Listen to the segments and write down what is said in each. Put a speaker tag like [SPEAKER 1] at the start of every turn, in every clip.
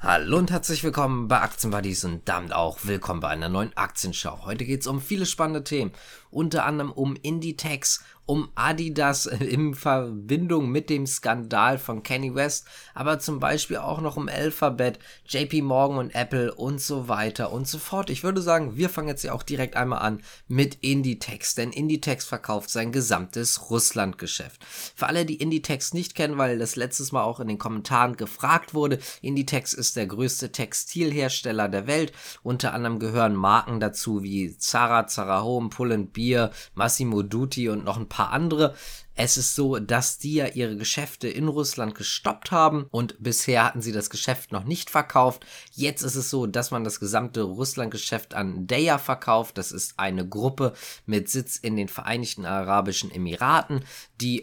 [SPEAKER 1] Hallo und herzlich willkommen bei Aktienbuddies und damit auch willkommen bei einer neuen Aktienschau. Heute geht es um viele spannende Themen, unter anderem um Inditex, um Adidas in Verbindung mit dem Skandal von Kanye West, aber zum Beispiel auch noch um Alphabet, JP Morgan und Apple und so weiter und so fort. Ich würde sagen, wir fangen jetzt ja auch direkt einmal an mit Inditex, denn Inditex verkauft sein gesamtes Russlandgeschäft. Für alle, die Inditex nicht kennen, weil das letztes Mal auch in den Kommentaren gefragt wurde, Inditex ist der größte Textilhersteller der Welt. Unter anderem gehören Marken dazu wie Zara, Zara Home, Pull&Bear, Massimo Dutti und noch ein paar andere. Es ist so, dass die ja ihre Geschäfte in Russland gestoppt haben und bisher hatten sie das Geschäft noch nicht verkauft. Jetzt ist es so, dass man das gesamte Russlandgeschäft an Deya verkauft. Das ist eine Gruppe mit Sitz in den Vereinigten Arabischen Emiraten, die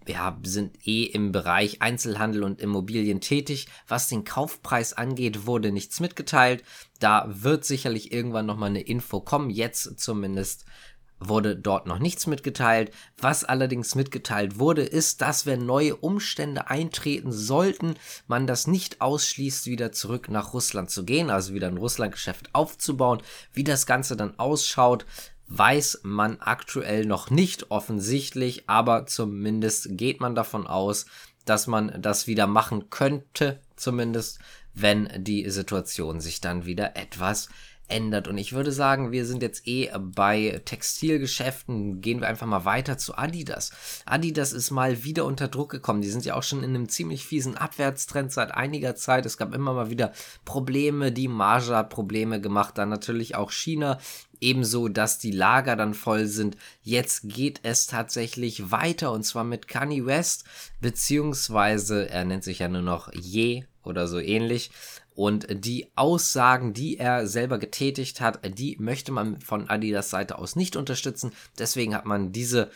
[SPEAKER 1] sind im Bereich Einzelhandel und Immobilien tätig. Was den Kaufpreis angeht, wurde nichts mitgeteilt. Da wird sicherlich irgendwann nochmal eine Info kommen. Jetzt zumindest wurde dort noch nichts mitgeteilt. Was allerdings mitgeteilt wurde, ist, dass wenn neue Umstände eintreten sollten, man das nicht ausschließt, wieder zurück nach Russland zu gehen, also wieder ein Russlandgeschäft aufzubauen. Wie das Ganze dann ausschaut, weiß man aktuell noch nicht offensichtlich, aber zumindest geht man davon aus, dass man das wieder machen könnte, zumindest wenn die Situation sich dann wieder etwas ändert. Und ich würde sagen, wir sind jetzt bei Textilgeschäften, gehen wir einfach mal weiter zu Adidas. Adidas ist mal wieder unter Druck gekommen. Die sind ja auch schon in einem ziemlich fiesen Abwärtstrend seit einiger Zeit. Es gab immer mal wieder Probleme, die Marge hat Probleme gemacht, dann natürlich auch China. Ebenso, dass die Lager dann voll sind. Jetzt geht es tatsächlich weiter und zwar mit Kanye West, beziehungsweise er nennt sich ja nur noch Ye oder so ähnlich. Und die Aussagen, die er selber getätigt hat, die möchte man von Adidas Seite aus nicht unterstützen. Deswegen hat man diese,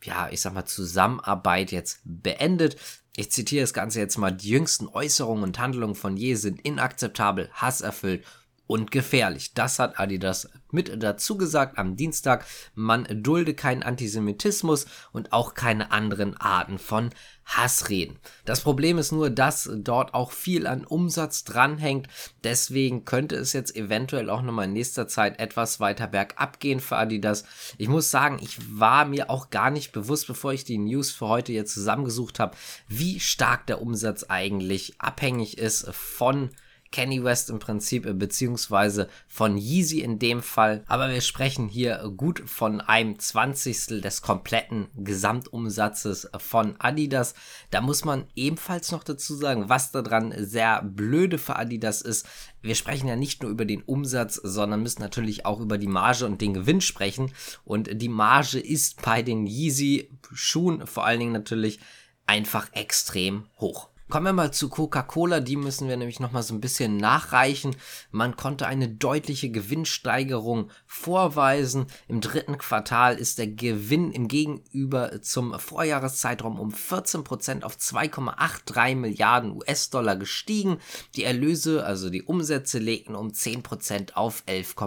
[SPEAKER 1] Zusammenarbeit jetzt beendet. Ich zitiere das Ganze jetzt mal. Die jüngsten Äußerungen und Handlungen von Ye sind inakzeptabel, hasserfüllt und gefährlich. Das hat Adidas mit dazu gesagt am Dienstag. Man dulde keinen Antisemitismus und auch keine anderen Arten von Hassreden. Das Problem ist nur, dass dort auch viel an Umsatz dranhängt. Deswegen könnte es jetzt eventuell auch nochmal in nächster Zeit etwas weiter bergab gehen für Adidas. Ich muss sagen, ich war mir auch gar nicht bewusst, bevor ich die News für heute jetzt zusammengesucht habe, wie stark der Umsatz eigentlich abhängig ist von Kanye West im Prinzip, beziehungsweise von Yeezy in dem Fall. Aber wir sprechen hier gut von einem 20. des kompletten Gesamtumsatzes von Adidas. Da muss man ebenfalls noch dazu sagen, was daran sehr blöde für Adidas ist. Wir sprechen ja nicht nur über den Umsatz, sondern müssen natürlich auch über die Marge und den Gewinn sprechen. Und die Marge ist bei den Yeezy-Schuhen vor allen Dingen natürlich einfach extrem hoch. Kommen wir mal zu Coca-Cola, die müssen wir nämlich nochmal so ein bisschen nachreichen. Man konnte eine deutliche Gewinnsteigerung vorweisen. Im dritten Quartal ist der Gewinn im Gegenüber zum Vorjahreszeitraum um 14% auf 2,83 Milliarden US-Dollar gestiegen. Die Erlöse, also die Umsätze, legten um 10% auf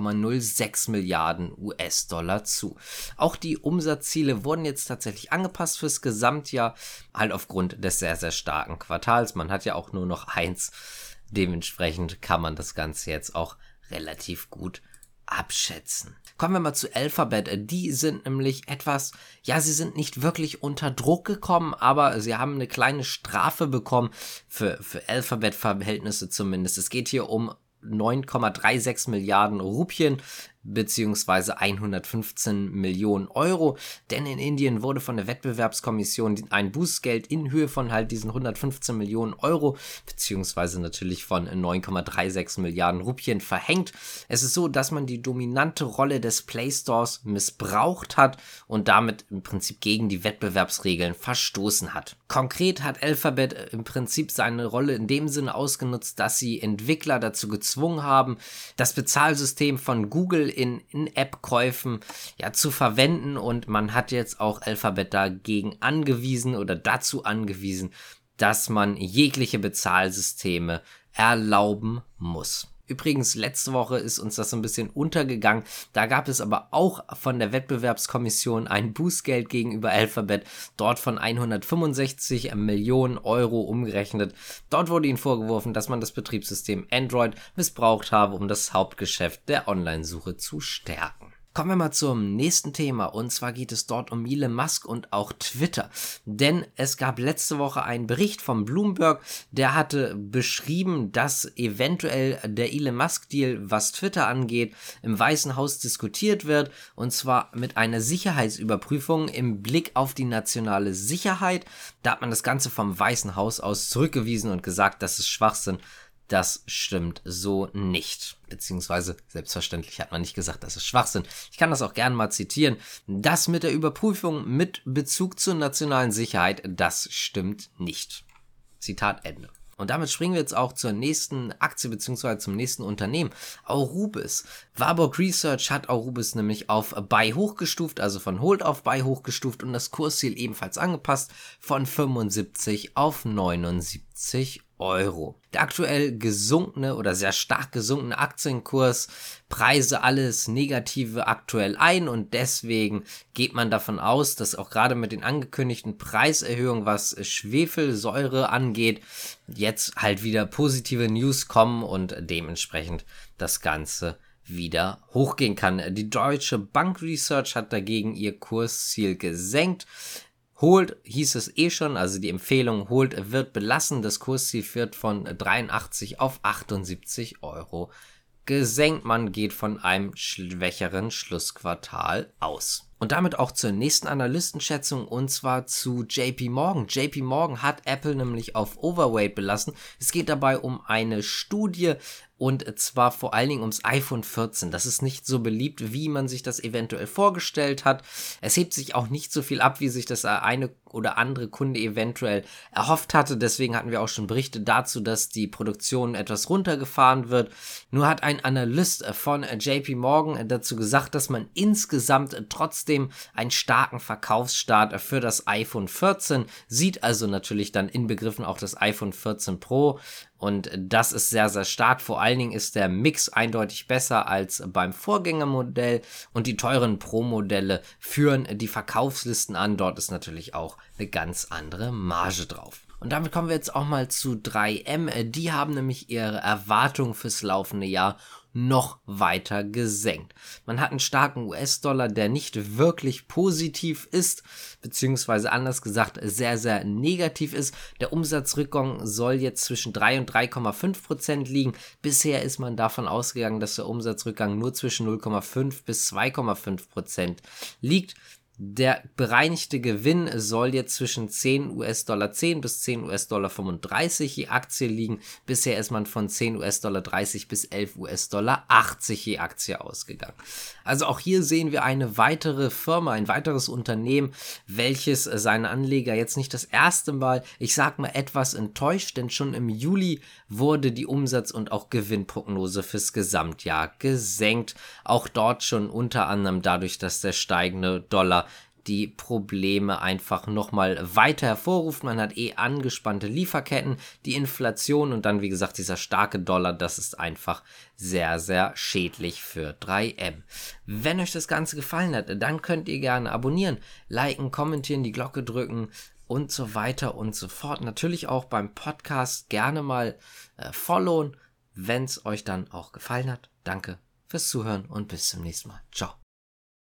[SPEAKER 1] 11,06 Milliarden US-Dollar zu. Auch die Umsatzziele wurden jetzt tatsächlich angepasst fürs Gesamtjahr, halt aufgrund des sehr, sehr starken Quartals. Man hat ja auch nur noch eins. Dementsprechend kann man das Ganze jetzt auch relativ gut abschätzen. Kommen wir mal zu Alphabet. Die sind nämlich sie sind nicht wirklich unter Druck gekommen, aber sie haben eine kleine Strafe bekommen, für Alphabet-Verhältnisse zumindest. Es geht hier um 9,36 Milliarden Rupien beziehungsweise 115 Millionen Euro, denn in Indien wurde von der Wettbewerbskommission ein Bußgeld in Höhe von halt diesen 115 Millionen Euro beziehungsweise natürlich von 9,36 Milliarden Rupien verhängt. Es ist so, dass man die dominante Rolle des Play Stores missbraucht hat und damit im Prinzip gegen die Wettbewerbsregeln verstoßen hat. Konkret hat Alphabet im Prinzip seine Rolle in dem Sinne ausgenutzt, dass sie Entwickler dazu gezwungen haben, das Bezahlsystem von Google in-App-Käufen zu verwenden, und man hat jetzt auch Alphabet dazu angewiesen, dass man jegliche Bezahlsysteme erlauben muss. Übrigens, letzte Woche ist uns das so ein bisschen untergegangen. Da gab es aber auch von der Wettbewerbskommission ein Bußgeld gegenüber Alphabet, dort von 165 Millionen Euro umgerechnet. Dort wurde ihnen vorgeworfen, dass man das Betriebssystem Android missbraucht habe, um das Hauptgeschäft der Online-Suche zu stärken. Kommen wir mal zum nächsten Thema, und zwar geht es dort um Elon Musk und auch Twitter. Denn es gab letzte Woche einen Bericht von Bloomberg, der hatte beschrieben, dass eventuell der Elon Musk-Deal, was Twitter angeht, im Weißen Haus diskutiert wird, und zwar mit einer Sicherheitsüberprüfung im Blick auf die nationale Sicherheit. Da hat man das Ganze vom Weißen Haus aus zurückgewiesen und gesagt, das ist Schwachsinn. Das stimmt so nicht. Beziehungsweise, selbstverständlich hat man nicht gesagt, das ist Schwachsinn. Ich kann das auch gerne mal zitieren. Das mit der Überprüfung mit Bezug zur nationalen Sicherheit, das stimmt nicht. Zitat Ende. Und damit springen wir jetzt auch zur nächsten Aktie bzw. zum nächsten Unternehmen, Aurubis. Warburg Research hat Aurubis nämlich auf Buy hochgestuft, also von Hold auf Buy hochgestuft und das Kursziel ebenfalls angepasst von 75 auf 79 Euro. Der aktuell gesunkene oder sehr stark gesunkene Aktienkurs preise alles Negative aktuell ein und deswegen geht man davon aus, dass auch gerade mit den angekündigten Preiserhöhungen, was Schwefelsäure angeht, jetzt halt wieder positive News kommen und dementsprechend das Ganze wieder hochgehen kann. Die Deutsche Bank Research hat dagegen ihr Kursziel gesenkt. Hold hieß es schon, also die Empfehlung Hold wird belassen. Das Kursziel wird von 83 auf 78 Euro gesenkt. Man geht von einem schwächeren Schlussquartal aus. Und damit auch zur nächsten Analystenschätzung, und zwar zu JP Morgan. JP Morgan hat Apple nämlich auf Overweight belassen. Es geht dabei um eine Studie, und zwar vor allen Dingen ums iPhone 14. Das ist nicht so beliebt, wie man sich das eventuell vorgestellt hat. Es hebt sich auch nicht so viel ab, wie sich das eine oder andere Kunde eventuell erhofft hatte. Deswegen hatten wir auch schon Berichte dazu, dass die Produktion etwas runtergefahren wird. Nur hat ein Analyst von JP Morgan dazu gesagt, dass man insgesamt trotzdem einen starken Verkaufsstart für das iPhone 14 sieht, also natürlich dann inbegriffen auch das iPhone 14 Pro. Und das ist sehr, sehr stark. Vor allen Dingen ist der Mix eindeutig besser als beim Vorgängermodell. Und die teuren Pro-Modelle führen die Verkaufslisten an. Dort ist natürlich auch eine ganz andere Marge drauf. Und damit kommen wir jetzt auch mal zu 3M. Die haben nämlich ihre Erwartungen fürs laufende Jahr noch weiter gesenkt. Man hat einen starken US-Dollar, der nicht wirklich positiv ist, beziehungsweise anders gesagt sehr, sehr negativ ist. Der Umsatzrückgang soll jetzt zwischen 3 und 3,5% liegen. Bisher ist man davon ausgegangen, dass der Umsatzrückgang nur zwischen 0,5 bis 2,5% liegt. Der bereinigte Gewinn soll jetzt zwischen 10 US-Dollar 10 bis 10 US-Dollar 35 je Aktie liegen. Bisher ist man von 10 US-Dollar 30 bis 11 US-Dollar 80 je Aktie ausgegangen. Also auch hier sehen wir eine weitere Firma, ein weiteres Unternehmen, welches seine Anleger jetzt nicht das erste Mal, ich sag mal, etwas enttäuscht, denn schon im Juli wurde die Umsatz- und auch Gewinnprognose fürs Gesamtjahr gesenkt. Auch dort schon unter anderem dadurch, dass der steigende Dollar die Probleme einfach nochmal weiter hervorruft. Man hat angespannte Lieferketten, die Inflation und dann, wie gesagt, dieser starke Dollar, das ist einfach sehr, sehr schädlich für 3M. Wenn euch das Ganze gefallen hat, dann könnt ihr gerne abonnieren, liken, kommentieren, die Glocke drücken und so weiter und so fort. Natürlich auch beim Podcast gerne mal followen, wenn es euch dann auch gefallen hat. Danke fürs Zuhören und bis zum nächsten Mal. Ciao.